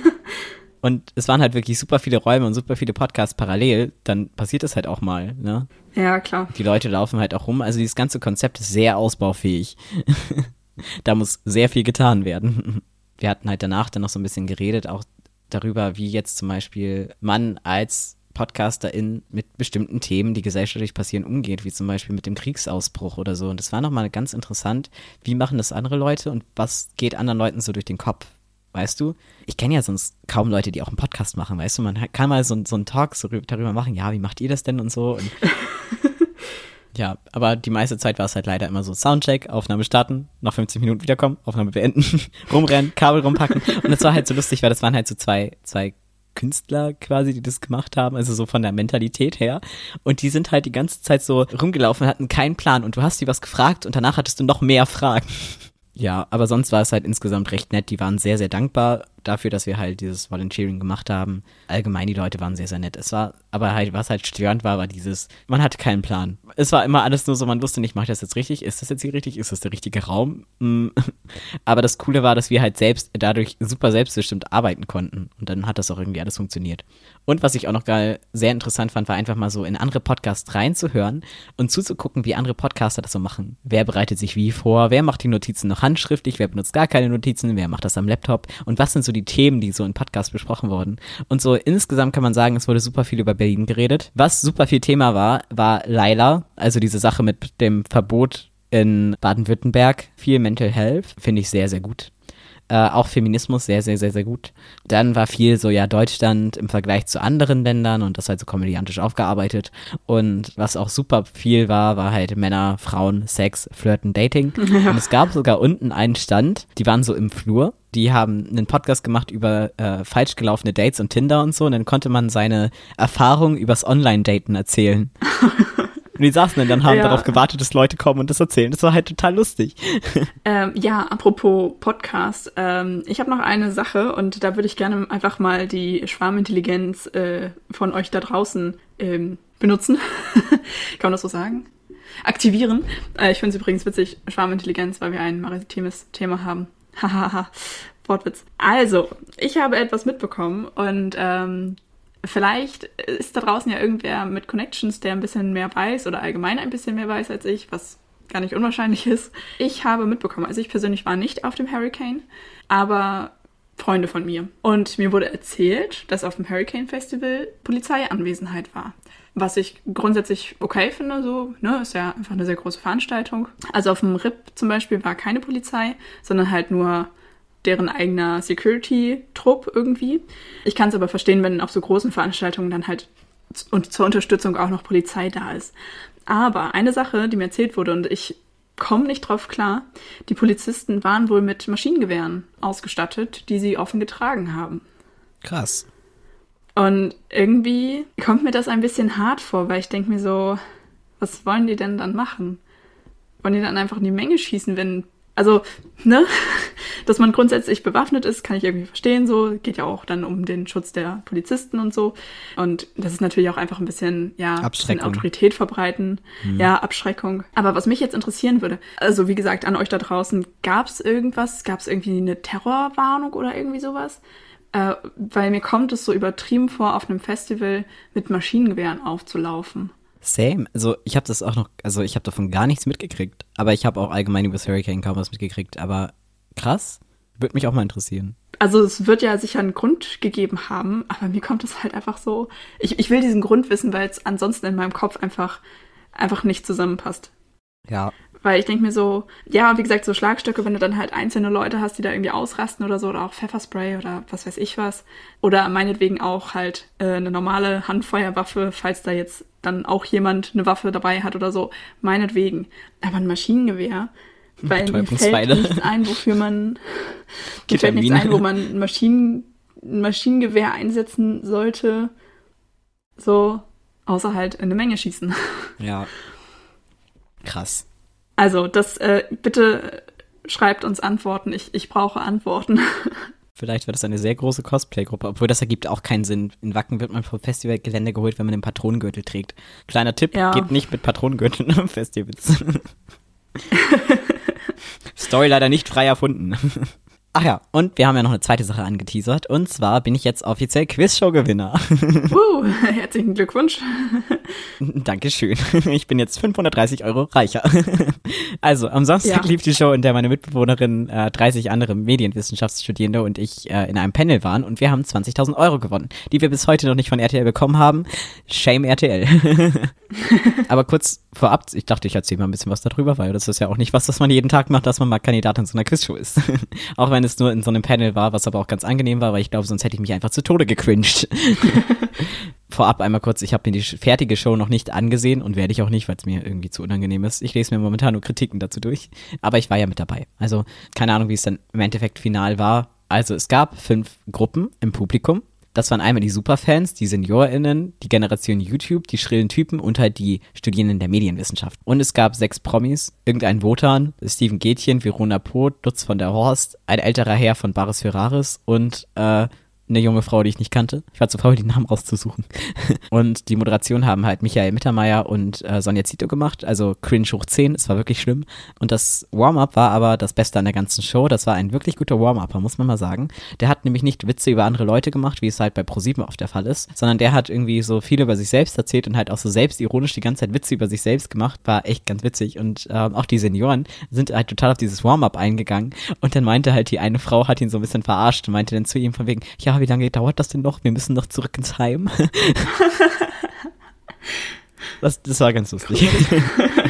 Und es waren halt wirklich super viele Räume und super viele Podcasts parallel. Dann passiert das halt auch mal, ne? Ja, klar. Die Leute laufen halt auch rum. Also dieses ganze Konzept ist sehr ausbaufähig. Da muss sehr viel getan werden. Wir hatten halt danach dann noch so ein bisschen geredet, auch darüber, wie jetzt zum Beispiel man als PodcasterIn mit bestimmten Themen, die gesellschaftlich passieren, umgeht, wie zum Beispiel mit dem Kriegsausbruch oder so. Und das war nochmal ganz interessant, wie machen das andere Leute und was geht anderen Leuten so durch den Kopf, weißt du? Ich kenne ja sonst kaum Leute, die auch einen Podcast machen, weißt du? Man kann mal so, so einen Talk so darüber machen, ja, wie macht ihr das denn und so. Und ja, aber die meiste Zeit war es halt leider immer so Soundcheck, Aufnahme starten, nach fünfzig Minuten wiederkommen, Aufnahme beenden, rumrennen, Kabel rumpacken. Und das war halt so lustig, weil das waren halt so zwei, zwei Künstler quasi, die das gemacht haben, also so von der Mentalität her. Und die sind halt die ganze Zeit so rumgelaufen und hatten keinen Plan. Und du hast die was gefragt und danach hattest du noch mehr Fragen. Ja, aber sonst war es halt insgesamt recht nett. Die waren sehr, sehr dankbar dafür, dass wir halt dieses Volunteering gemacht haben. Allgemein, die Leute waren sehr, sehr nett. Es war, aber halt, was halt störend war, war dieses, man hatte keinen Plan. Es war immer alles nur so, man wusste nicht, mache ich das jetzt richtig? Ist das jetzt hier richtig? Ist das der richtige Raum? Aber das Coole war, dass wir halt selbst dadurch super selbstbestimmt arbeiten konnten. Und dann hat das auch irgendwie alles funktioniert. Und was ich auch noch geil, sehr interessant fand, war einfach mal so in andere Podcasts reinzuhören und zuzugucken, wie andere Podcaster das so machen. Wer bereitet sich wie vor? Wer macht die Notizen noch handschriftlich? Wer benutzt gar keine Notizen? Wer macht das am Laptop? Und was sind so die Themen, die so in Podcasts besprochen wurden? Und so insgesamt kann man sagen, es wurde super viel über Berlin geredet. Was super viel Thema war, war Laila, also diese Sache mit dem Verbot in Baden-Württemberg. Viel Mental Health, finde ich sehr, sehr gut. Äh, auch Feminismus sehr, sehr, sehr, sehr gut. Dann war viel so, ja, Deutschland im Vergleich zu anderen Ländern und das halt so komödiantisch aufgearbeitet. Und was auch super viel war, war halt Männer, Frauen, Sex, Flirten, Dating. Ja. Und es gab sogar unten einen Stand, die waren so im Flur. Die haben einen Podcast gemacht über äh, falsch gelaufene Dates und Tinder und so. Und dann konnte man seine Erfahrungen übers Online-Daten erzählen. Und die saßen dann, dann haben ja. darauf gewartet, dass Leute kommen und das erzählen. Das war halt total lustig. Ähm, ja, apropos Podcast. Ähm, ich habe noch eine Sache und da würde ich gerne einfach mal die Schwarmintelligenz äh, von euch da draußen ähm, benutzen. Kann man das so sagen? Aktivieren. Äh, ich finde es übrigens witzig, Schwarmintelligenz, weil wir ein maritimes Thema haben. Hahaha, Wortwitz. Also, ich habe etwas mitbekommen und ähm, vielleicht ist da draußen ja irgendwer mit Connections, der ein bisschen mehr weiß oder allgemein ein bisschen mehr weiß als ich, was gar nicht unwahrscheinlich ist. Ich habe mitbekommen, also ich persönlich war nicht auf dem Hurricane, aber Freunde von mir. Und mir wurde erzählt, dass auf dem Hurricane Festival Polizeianwesenheit war. Was ich grundsätzlich okay finde, so, ne, ist ja einfach eine sehr große Veranstaltung. Also auf dem R I P zum Beispiel war keine Polizei, sondern halt nur deren eigener Security-Trupp irgendwie. Ich kann es aber verstehen, wenn auf so großen Veranstaltungen dann halt und zur Unterstützung auch noch Polizei da ist. Aber eine Sache, die mir erzählt wurde, und ich komme nicht drauf klar, die Polizisten waren wohl mit Maschinengewehren ausgestattet, die sie offen getragen haben. Krass. Und irgendwie kommt mir das ein bisschen hart vor, weil ich denke mir so, was wollen die denn dann machen? Wollen die dann einfach in die Menge schießen, wenn, also, ne, dass man grundsätzlich bewaffnet ist, kann ich irgendwie verstehen, so, geht ja auch dann um den Schutz der Polizisten und so. Und das ist natürlich auch einfach ein bisschen, ja, ein bisschen Autorität verbreiten, hm. ja, Abschreckung. Aber was mich jetzt interessieren würde, also wie gesagt, an euch da draußen, gab es irgendwas, gab es irgendwie eine Terrorwarnung oder irgendwie sowas? Äh, weil mir kommt es so übertrieben vor, auf einem Festival mit Maschinengewehren aufzulaufen. Same. Also ich habe das auch noch, also ich habe davon gar nichts mitgekriegt. Aber ich habe auch allgemein über das Hurricane kaum was mitgekriegt. Aber krass, würde mich auch mal interessieren. Also es wird ja sicher einen Grund gegeben haben, aber mir kommt es halt einfach so, ich, ich will diesen Grund wissen, weil es ansonsten in meinem Kopf einfach, einfach nicht zusammenpasst. Ja. Weil ich denke mir so, ja, wie gesagt, so Schlagstöcke, wenn du dann halt einzelne Leute hast, die da irgendwie ausrasten oder so, oder auch Pfefferspray oder was weiß ich was. Oder meinetwegen auch halt äh, eine normale Handfeuerwaffe, falls da jetzt dann auch jemand eine Waffe dabei hat oder so. Meinetwegen. Aber ein Maschinengewehr, weil mir fällt nichts ein, wofür man, mir fällt nichts ein, wo man ein, Maschinen, ein Maschinengewehr einsetzen sollte, so, außer halt in eine Menge schießen. Ja. Krass. Also, das, äh, bitte schreibt uns Antworten. Ich, ich brauche Antworten. Vielleicht wird es eine sehr große Cosplay-Gruppe, obwohl das ergibt auch keinen Sinn. In Wacken wird man vom Festivalgelände geholt, wenn man den Patronengürtel trägt. Kleiner Tipp, ja. Geht nicht mit Patronengürteln am Festivals. Story leider nicht frei erfunden. Ach ja, und wir haben ja noch eine zweite Sache angeteasert. Und zwar bin ich jetzt offiziell Quizshow-Gewinner. Uh, herzlichen Glückwunsch. Dankeschön. Ich bin jetzt fünfhundertdreißig Euro reicher. Also, am Samstag ja. lief die Show, in der meine Mitbewohnerin, äh, dreißig andere Medienwissenschaftsstudierende und ich äh, in einem Panel waren. Und wir haben zwanzigtausend Euro gewonnen, die wir bis heute noch nicht von R T L bekommen haben. Shame R T L. Aber kurz vorab, ich dachte, ich erzähle mal ein bisschen was darüber, weil das ist ja auch nicht was, was man jeden Tag macht, dass man mal Kandidat in so einer Quizshow ist. Auch wenn es nur in so einem Panel war, was aber auch ganz angenehm war, weil ich glaube, sonst hätte ich mich einfach zu Tode gecringed. Vorab einmal kurz, ich habe mir die fertige Show noch nicht angesehen und werde ich auch nicht, weil es mir irgendwie zu unangenehm ist. Ich lese mir momentan nur Kritiken dazu durch, aber ich war ja mit dabei. Also keine Ahnung, wie es dann im Endeffekt final war. Also es gab fünf Gruppen im Publikum. Das waren einmal die Superfans, die SeniorInnen, die Generation YouTube, die schrillen Typen und halt die Studierenden der Medienwissenschaft. Und es gab sechs Promis, irgendein Wotan, Steven Gätchen, Verona Poth, Lutz von der Horst, ein älterer Herr von Baris Ferraris und äh, eine junge Frau, die ich nicht kannte. Ich war zu faul, die Namen rauszusuchen. Und die Moderation haben halt Michael Mittermeier und äh, Sonja Zito gemacht, also cringe hoch zehn, es war wirklich schlimm. Und das Warm-Up war aber das Beste an der ganzen Show. Das war ein wirklich guter Warm-Upper, muss man mal sagen. Der hat nämlich nicht Witze über andere Leute gemacht, wie es halt bei ProSieben oft der Fall ist, sondern der hat irgendwie so viel über sich selbst erzählt und halt auch so selbstironisch die ganze Zeit Witze über sich selbst gemacht. War echt ganz witzig. Und ähm, auch die Senioren sind halt total auf dieses Warm-Up eingegangen. Und dann meinte halt die eine Frau, hat ihn so ein bisschen verarscht und meinte dann zu ihm von wegen, ja, wie lange dauert das denn noch? Wir müssen noch zurück ins Heim. das, das war ganz lustig.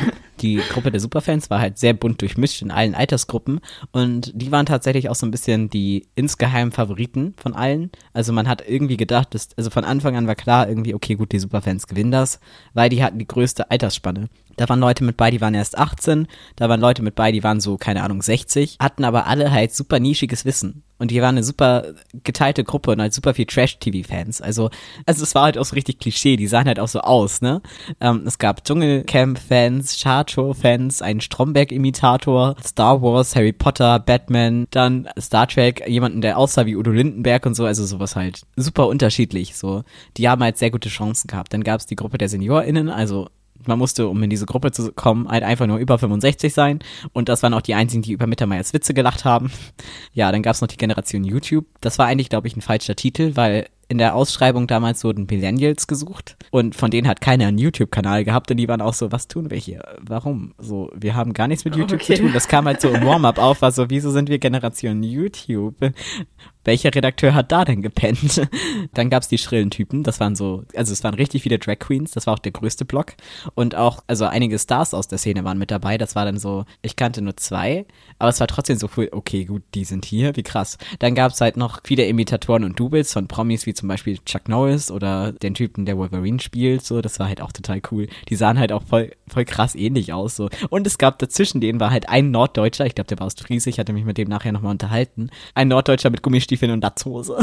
die Gruppe der Superfans war halt sehr bunt durchmischt in allen Altersgruppen und die waren tatsächlich auch so ein bisschen die insgeheim Favoriten von allen. Also man hat irgendwie gedacht, dass, also von Anfang an war klar irgendwie, okay, gut, die Superfans gewinnen das, weil die hatten die größte Altersspanne. Da waren Leute mit bei, die waren erst achtzehn, da waren Leute mit bei, die waren so, keine Ahnung, sechzig, hatten aber alle halt super nischiges Wissen. Und die waren eine super geteilte Gruppe und halt super viel Trash-T V-Fans. Also, also es war halt auch so richtig Klischee, die sahen halt auch so aus, ne? Ähm, es gab Dschungelcamp-Fans, Chart-Show-Fans, einen Stromberg-Imitator, Star Wars, Harry Potter, Batman, dann Star Trek, jemanden, der aussah wie Udo Lindenberg und so, also sowas halt super unterschiedlich, so. Die haben halt sehr gute Chancen gehabt. Dann gab es die Gruppe der SeniorInnen, also man musste, um in diese Gruppe zu kommen, halt einfach nur über fünfundsechzig sein. Und das waren auch die einzigen, die über Mittermeiers Witze gelacht haben. Ja, dann gab es noch die Generation YouTube. Das war eigentlich, glaube ich, ein falscher Titel, weil in der Ausschreibung damals wurden Millennials gesucht. Und von denen hat keiner einen YouTube-Kanal gehabt. Und die waren auch so, was tun wir hier? Warum? So, wir haben gar nichts mit YouTube okay. zu tun. Das kam halt so im Warm-up auf, war so, wieso sind wir Generation YouTube? Welcher Redakteur hat da denn gepennt? Dann gab's die schrillen Typen, das waren so, also es waren richtig viele Drag Queens, das war auch der größte Block und auch, also einige Stars aus der Szene waren mit dabei, das war dann so, ich kannte nur zwei, aber es war trotzdem so cool, okay, gut, die sind hier, wie krass. Dann gab's halt noch viele Imitatoren und Doubles von Promis, wie zum Beispiel Chuck Norris oder den Typen, der Wolverine spielt, so, das war halt auch total cool. Die sahen halt auch voll, voll krass ähnlich aus, so. Und es gab dazwischen denen war halt ein Norddeutscher, ich glaube, der war aus Friese, ich hatte mich mit dem nachher nochmal unterhalten, ein Norddeutscher mit Gummistiefeln und Latzhose.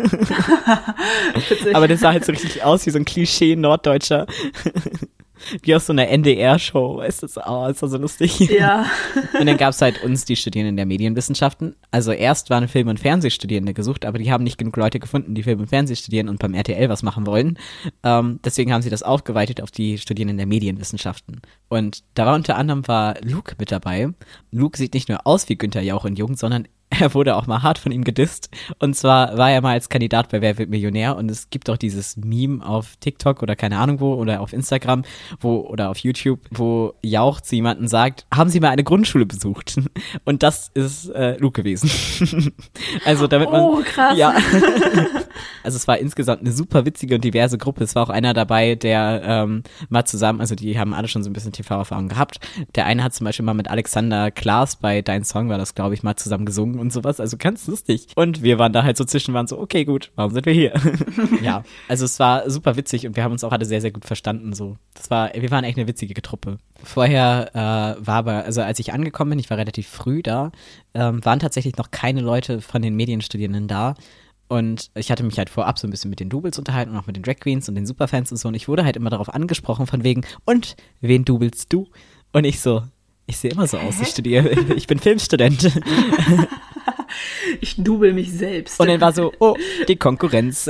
Aber das sah halt so richtig aus wie so ein Klischee-Norddeutscher. Wie aus so einer N D R-Show, weißt du, oh, ist das so lustig. Ja. Und dann gab's halt uns, die Studierenden der Medienwissenschaften. Also erst waren Film- und Fernsehstudierende gesucht, aber die haben nicht genug Leute gefunden, die Film- und Fernseh studieren und beim R T L was machen wollen. Ähm, deswegen haben sie das aufgeweitet auf die Studierenden der Medienwissenschaften. Und da war unter anderem war Luke mit dabei. Luke sieht nicht nur aus wie Günther Jauch in Jung, sondern er wurde auch mal hart von ihm gedisst. Und zwar war er mal als Kandidat bei Wer wird Millionär und es gibt auch dieses Meme auf TikTok oder keine Ahnung wo oder auf Instagram wo oder auf YouTube, wo Jauch zu jemandem sagt, haben Sie mal eine Grundschule besucht? Und das ist äh, Luke gewesen. Also damit man... Oh, krass. Ja. Also es war insgesamt eine super witzige und diverse Gruppe. Es war auch einer dabei, der ähm, mal zusammen, also die haben alle schon so ein bisschen T V-Erfahrung gehabt. Der eine hat zum Beispiel mal mit Alexander Klaas bei Dein Song war das, glaube ich, mal zusammen gesungen und sowas, also ganz lustig. Und wir waren da halt so zwischen, waren so, okay, gut, warum sind wir hier? Ja, also es war super witzig und wir haben uns auch alle sehr, sehr gut verstanden, so. Das war, wir waren echt eine witzige Truppe. Vorher äh, war aber, also als ich angekommen bin, ich war relativ früh da, ähm, waren tatsächlich noch keine Leute von den Medienstudierenden da. Und ich hatte mich halt vorab so ein bisschen mit den Doubles unterhalten und auch mit den Drag Queens und den Superfans und so. Und ich wurde halt immer darauf angesprochen von wegen, und wen doublest du? Und ich so, ich sehe immer so aus, ich studiere, ich bin Filmstudent. Ich double mich selbst. Und dann war so, oh, die Konkurrenz.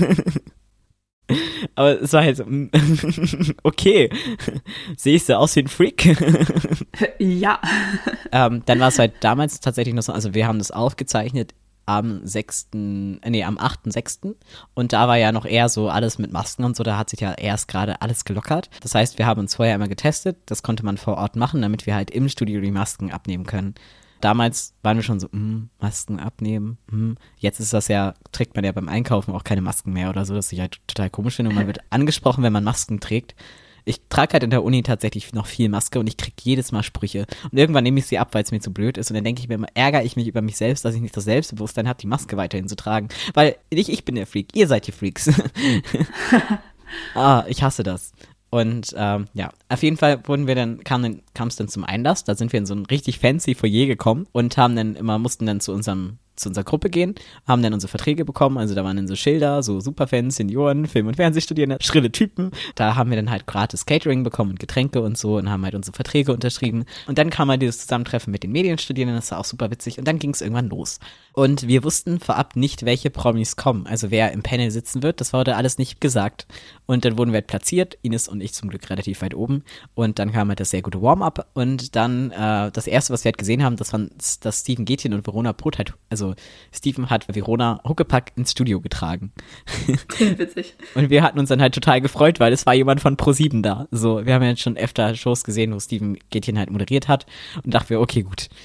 Aber es war halt so, okay, sehe ich so aus wie ein Freak? Ja. ähm, dann war es halt damals tatsächlich noch so, also wir haben das aufgezeichnet am sechsten, nee, am achten sechsten und da war ja noch eher so alles mit Masken und so, da hat sich ja erst gerade alles gelockert. Das heißt, wir haben uns vorher immer getestet, das konnte man vor Ort machen, damit wir halt im Studio die Masken abnehmen können. Damals waren wir schon so, mm, Masken abnehmen, mm. Jetzt ist das ja, trägt man ja beim Einkaufen auch keine Masken mehr oder so, das ich halt total komisch finde und man wird angesprochen, wenn man Masken trägt. Ich trage halt in der Uni tatsächlich noch viel Maske und ich krieg jedes Mal Sprüche. Und irgendwann nehme ich sie ab, weil es mir zu blöd ist. Und dann denke ich mir immer, ärgere ich mich über mich selbst, dass ich nicht das Selbstbewusstsein habe, die Maske weiterhin zu tragen. Weil nicht ich bin der Freak, ihr seid die Freaks. Ah, ich hasse das. Und ähm, ja, auf jeden Fall wurden wir dann, kam dann, kam es dann zum Einlass. Da sind wir in so ein richtig fancy Foyer gekommen und haben dann immer, mussten dann zu unserem zu unserer Gruppe gehen, haben dann unsere Verträge bekommen, also da waren dann so Schilder, so Superfans, Senioren, Film- und Fernsehstudierende, schrille Typen. Da haben wir dann halt gratis Catering bekommen und Getränke und so und haben halt unsere Verträge unterschrieben. Und dann kam halt dieses Zusammentreffen mit den Medienstudierenden, das war auch super witzig und dann ging es irgendwann los. Und wir wussten vorab nicht, welche Promis kommen, also wer im Panel sitzen wird, das wurde alles nicht gesagt. Und dann wurden wir halt platziert, Ines und ich zum Glück relativ weit oben und dann kam halt das sehr gute Warm-up und dann äh, das erste, was wir halt gesehen haben, das waren dass Steven Gätjen und Verona Poth halt, also Steven hat Verona Huckepack ins Studio getragen. Witzig. Und wir hatten uns dann halt total gefreut, weil es war jemand von ProSieben da. So, wir haben ja jetzt schon öfter Shows gesehen, wo Steven Gätjen halt moderiert hat und dachten wir, okay, gut.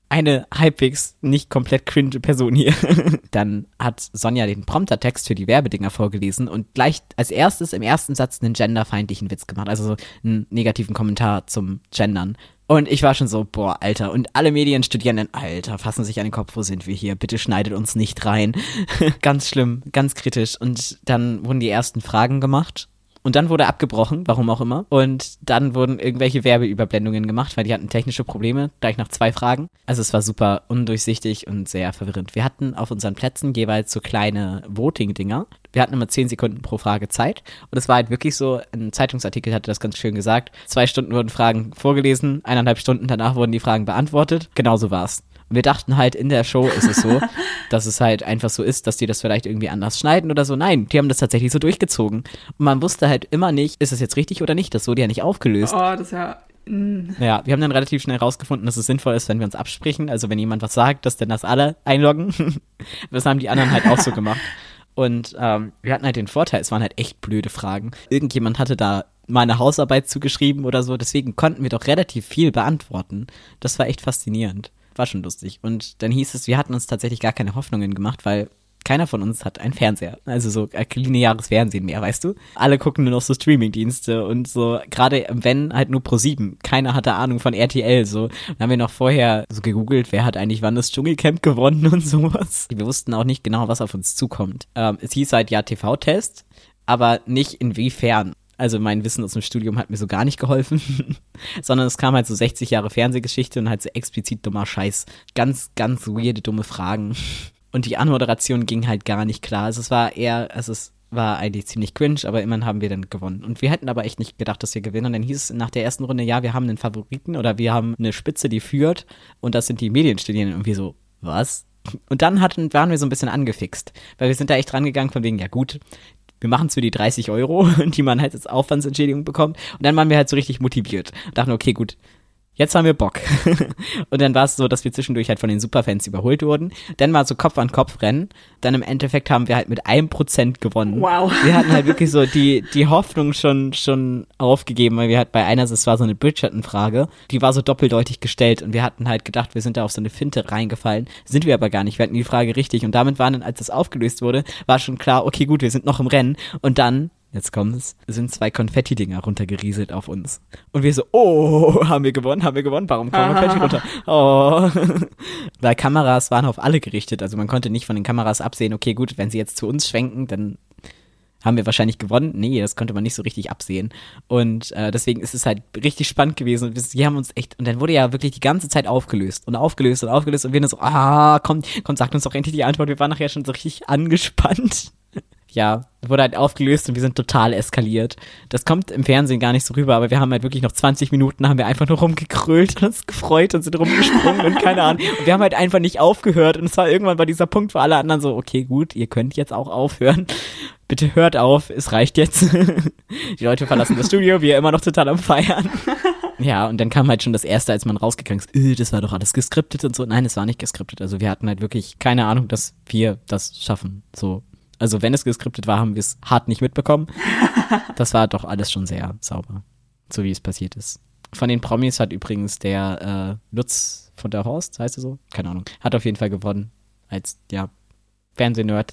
eine halbwegs nicht komplett cringe Person hier. Dann hat Sonja den Promptertext für die Werbedinger vorgelesen und gleich als erstes im ersten Satz einen genderfeindlichen Witz gemacht, also so einen negativen Kommentar zum Gendern. Und ich war schon so, boah, Alter, und alle Medienstudierenden, Alter, fassen sich an den Kopf, wo sind wir hier? Bitte schneidet uns nicht rein. Ganz schlimm, ganz kritisch. Und dann wurden die ersten Fragen gemacht. Und dann wurde abgebrochen, warum auch immer. Und dann wurden irgendwelche Werbeüberblendungen gemacht, weil die hatten technische Probleme, gleich nach zwei Fragen. Also es war super undurchsichtig und sehr verwirrend. Wir hatten auf unseren Plätzen jeweils so kleine Voting-Dinger. Wir hatten immer zehn Sekunden pro Frage Zeit. Und es war halt wirklich so, ein Zeitungsartikel hatte das ganz schön gesagt. Zwei Stunden wurden Fragen vorgelesen, eineinhalb Stunden danach wurden die Fragen beantwortet. Genauso war's. Und wir dachten halt, in der Show ist es so, dass es halt einfach so ist, dass die das vielleicht irgendwie anders schneiden oder so. Nein, die haben das tatsächlich so durchgezogen. Und man wusste halt immer nicht, ist das jetzt richtig oder nicht. Das wurde ja nicht aufgelöst. Oh, das ist ja... Mm. Ja, wir haben dann relativ schnell rausgefunden, dass es sinnvoll ist, wenn wir uns absprechen. Also wenn jemand was sagt, dass dann das alle einloggen. Das haben die anderen halt auch so gemacht. Und ähm, wir hatten halt den Vorteil, es waren halt echt blöde Fragen. Irgendjemand hatte da mal eine Hausarbeit zugeschrieben oder so. Deswegen konnten wir doch relativ viel beantworten. Das war echt faszinierend. War schon lustig. Und dann hieß es, wir hatten uns tatsächlich gar keine Hoffnungen gemacht, weil keiner von uns hat einen Fernseher. Also so ein lineares Fernsehen mehr, weißt du? Alle gucken nur noch so Streamingdienste und so, gerade wenn halt nur Pro sieben. Keiner hatte Ahnung von R T L, so. Dann haben wir noch vorher so gegoogelt, wer hat eigentlich wann das Dschungelcamp gewonnen und sowas. Wir wussten auch nicht genau, was auf uns zukommt. Ähm, es hieß halt ja T V-Test, aber nicht inwiefern. Also mein Wissen aus dem Studium hat mir so gar nicht geholfen, sondern es kam halt so sechzig Jahre Fernsehgeschichte und halt so explizit dummer Scheiß. Ganz, ganz weirde, dumme Fragen. Und die Anmoderation ging halt gar nicht klar. Also es war eher, also es war eigentlich ziemlich cringe, aber immerhin haben wir dann gewonnen. Und wir hätten aber echt nicht gedacht, dass wir gewinnen. Und dann hieß es nach der ersten Runde, ja, wir haben einen Favoriten oder wir haben eine Spitze, die führt. Und das sind die Medienstudierenden. Und wir so, was? Und dann hatten, waren wir so ein bisschen angefixt. Weil wir sind da echt rangegangen von wegen, ja gut, wir machen es für die dreißig Euro, die man halt als Aufwandsentschädigung bekommt. Und dann waren wir halt so richtig motiviert. Dachten, okay, gut, jetzt haben wir Bock. Und dann war es so, dass wir zwischendurch halt von den Superfans überholt wurden. Dann war so Kopf-an-Kopf-Rennen. Dann im Endeffekt haben wir halt mit einem Prozent gewonnen. Wow. Wir hatten halt wirklich so die die Hoffnung schon schon aufgegeben, weil wir halt bei einer, es war so eine Bridgerton-Frage, die war so doppeldeutig gestellt und wir hatten halt gedacht, wir sind da auf so eine Finte reingefallen. Sind wir aber gar nicht. Wir hatten die Frage richtig und damit waren dann, als das aufgelöst wurde, war schon klar, okay, gut, wir sind noch im Rennen. Und dann jetzt kommt es, sind zwei Konfetti-Dinger runtergerieselt auf uns. Und wir so, oh, haben wir gewonnen, haben wir gewonnen, warum kommen Konfetti runter? Oh. Weil Kameras waren auf alle gerichtet, also man konnte nicht von den Kameras absehen, okay, gut, wenn sie jetzt zu uns schwenken, dann haben wir wahrscheinlich gewonnen. Nee, das konnte man nicht so richtig absehen. Und äh, deswegen ist es halt richtig spannend gewesen. Und wir, wir haben uns echt, und dann wurde ja wirklich die ganze Zeit aufgelöst und aufgelöst und aufgelöst und wir nur so, ah, komm, komm, sagt uns doch endlich die Antwort. Wir waren nachher schon so richtig angespannt. Ja, wurde halt aufgelöst und wir sind total eskaliert. Das kommt im Fernsehen gar nicht so rüber, aber wir haben halt wirklich noch zwanzig Minuten, haben wir einfach nur rumgekrölt und uns gefreut und sind rumgesprungen und keine Ahnung. Und wir haben halt einfach nicht aufgehört und es war irgendwann bei dieser Punkt, wo alle anderen so, okay, gut, ihr könnt jetzt auch aufhören. Bitte hört auf, es reicht jetzt. Die Leute verlassen das Studio, wir immer noch total am Feiern. Ja, und dann kam halt schon das Erste, als man rausgegangen ist, äh, das war doch alles geskriptet und so. Nein, es war nicht geskriptet. Also wir hatten halt wirklich keine Ahnung, dass wir das schaffen, so. Also wenn es geskriptet war, haben wir es hart nicht mitbekommen. Das war doch alles schon sehr sauber, so wie es passiert ist. Von den Promis hat übrigens der äh, Lutz von der Horst, heißt er so? Keine Ahnung. Hat auf jeden Fall gewonnen als, ja, Fernsehnerd.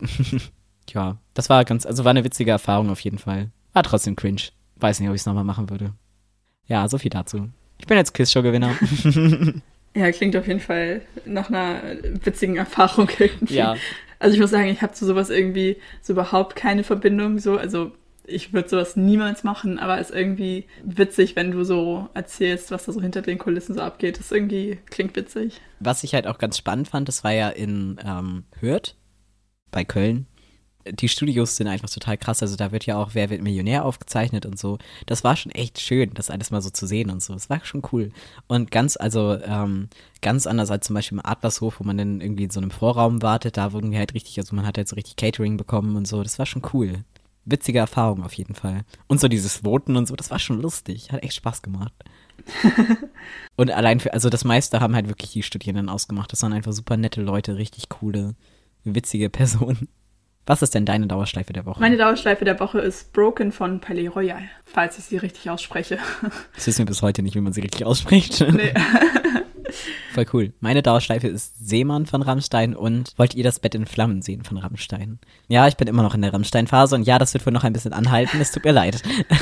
Ja, das war ganz, also war eine witzige Erfahrung auf jeden Fall. War trotzdem cringe. Weiß nicht, ob ich es nochmal machen würde. Ja, so viel dazu. Ich bin jetzt Quizshow-Gewinner. Ja, klingt auf jeden Fall nach einer witzigen Erfahrung irgendwie. Ja. Also ich muss sagen, ich habe zu sowas irgendwie so überhaupt keine Verbindung. So, also ich würde sowas niemals machen, aber es ist irgendwie witzig, wenn du so erzählst, was da so hinter den Kulissen so abgeht. Das irgendwie klingt witzig. Was ich halt auch ganz spannend fand, das war ja in ähm, Hürth bei Köln. Die Studios sind einfach total krass, also da wird ja auch Wer wird Millionär aufgezeichnet und so. Das war schon echt schön, das alles mal so zu sehen und so. Das war schon cool. Und ganz, also ähm, ganz anders als zum Beispiel im Adlershof, wo man dann irgendwie in so einem Vorraum wartet, da wurden wir halt richtig, also man hat halt so richtig Catering bekommen und so. Das war schon cool. Witzige Erfahrung auf jeden Fall. Und so dieses Voten und so, das war schon lustig. Hat echt Spaß gemacht. Und allein für, also das meiste haben halt wirklich die Studierenden ausgemacht. Das waren einfach super nette Leute, richtig coole, witzige Personen. Was ist denn deine Dauerschleife der Woche? Meine Dauerschleife der Woche ist Broken von Palais Royal, falls ich sie richtig ausspreche. Das wissen wir bis heute nicht, wie man sie richtig ausspricht. Nee. Voll cool. Meine Dauerschleife ist Seemann von Rammstein und Wollt ihr das Bett in Flammen sehen von Rammstein. Ja, ich bin immer noch in der Rammstein-Phase und ja, das wird wohl noch ein bisschen anhalten, es tut mir leid.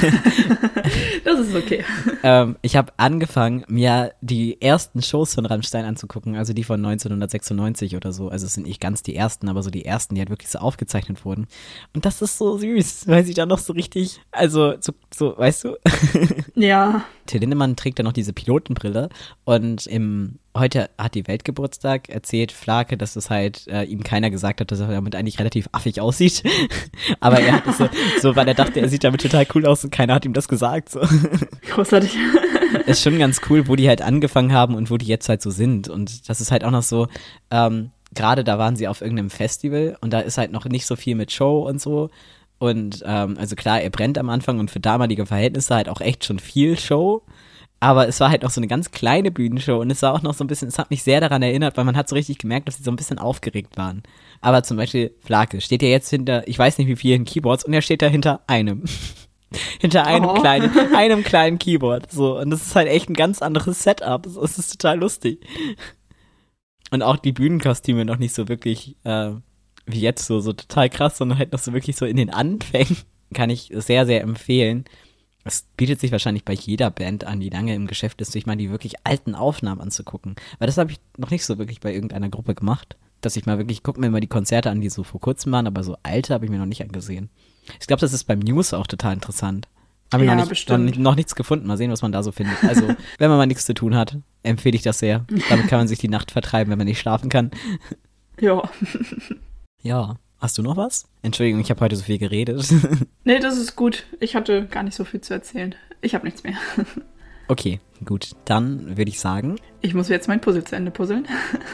Das ist okay. ähm, ich habe angefangen, mir die ersten Shows von Rammstein anzugucken, also die von neunzehnhundertsechsundneunzig oder so. Also es sind nicht ganz die ersten, aber so die ersten, die halt wirklich so aufgezeichnet wurden. Und das ist so süß, weil sie da noch so richtig, also so, so weißt du? Ja. Till Lindemann trägt dann noch diese Pilotenbrille und im heute hat die Welt Geburtstag, erzählt Flake, dass es halt äh, ihm keiner gesagt hat, dass er damit eigentlich relativ affig aussieht. Aber er hat es so, so, weil er dachte, er sieht damit total cool aus und keiner hat ihm das gesagt. So. Großartig. Ist schon ganz cool, wo die halt angefangen haben und wo die jetzt halt so sind. Und das ist halt auch noch so, ähm, gerade da waren sie auf irgendeinem Festival und da ist halt noch nicht so viel mit Show und so. Und ähm, also klar, er brennt am Anfang und für damalige Verhältnisse halt auch echt schon viel Show. Aber es war halt noch so eine ganz kleine Bühnenshow und es war auch noch so ein bisschen, es hat mich sehr daran erinnert, weil man hat so richtig gemerkt, dass sie so ein bisschen aufgeregt waren. Aber zum Beispiel Flake steht ja jetzt hinter, ich weiß nicht wie vielen Keyboards und er steht da hinter einem. hinter einem Oh. kleinen, einem kleinen Keyboard. So, und das ist halt echt ein ganz anderes Setup. Es ist total lustig. Und auch die Bühnenkostüme noch nicht so wirklich, äh, wie jetzt so, so total krass, sondern halt noch so wirklich so in den Anfängen. Kann ich sehr, sehr empfehlen. Es bietet sich wahrscheinlich bei jeder Band an, die lange im Geschäft ist, sich mal die wirklich alten Aufnahmen anzugucken. Weil das habe ich noch nicht so wirklich bei irgendeiner Gruppe gemacht. Dass ich mal wirklich, ich gucke mir mal die Konzerte an, die so vor kurzem waren, aber so alte habe ich mir noch nicht angesehen. Ich glaube, das ist beim News auch total interessant. Habe ich Ja, noch, nicht, noch, bestimmt. noch nichts gefunden. Mal sehen, was man da so findet. Also, wenn man mal nichts zu tun hat, empfehle ich das sehr. Damit kann man sich die Nacht vertreiben, wenn man nicht schlafen kann. Ja. Ja. Hast du noch was? Entschuldigung, ich habe heute so viel geredet. Nee, das ist gut. Ich hatte gar nicht so viel zu erzählen. Ich habe nichts mehr. Okay, gut. Dann würde ich sagen. Ich muss jetzt mein Puzzle zu Ende puzzeln.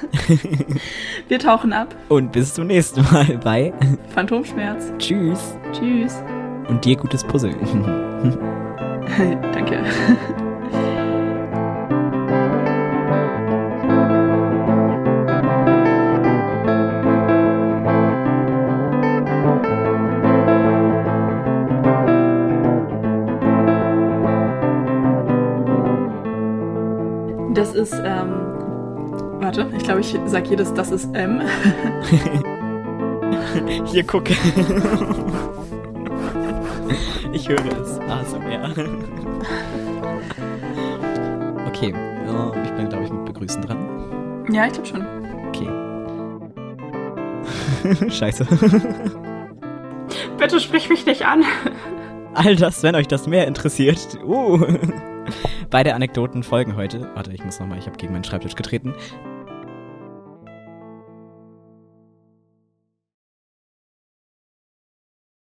Wir tauchen ab. Und bis zum nächsten Mal bei Phantomschmerz. Tschüss. Tschüss. Und dir gutes Puzzeln. Danke. Das ist, ähm, warte, ich glaube, ich sag jedes, das ist M. Hier, gucke. Ich höre es. A S M R. Okay, ja, ich bin, glaube ich, mit Begrüßen dran. Ja, ich glaube schon. Okay. Scheiße. Bitte sprich mich nicht an. All das, wenn euch das mehr interessiert. Uh. Beide Anekdoten folgen heute. Warte, ich muss nochmal, ich habe gegen meinen Schreibtisch getreten.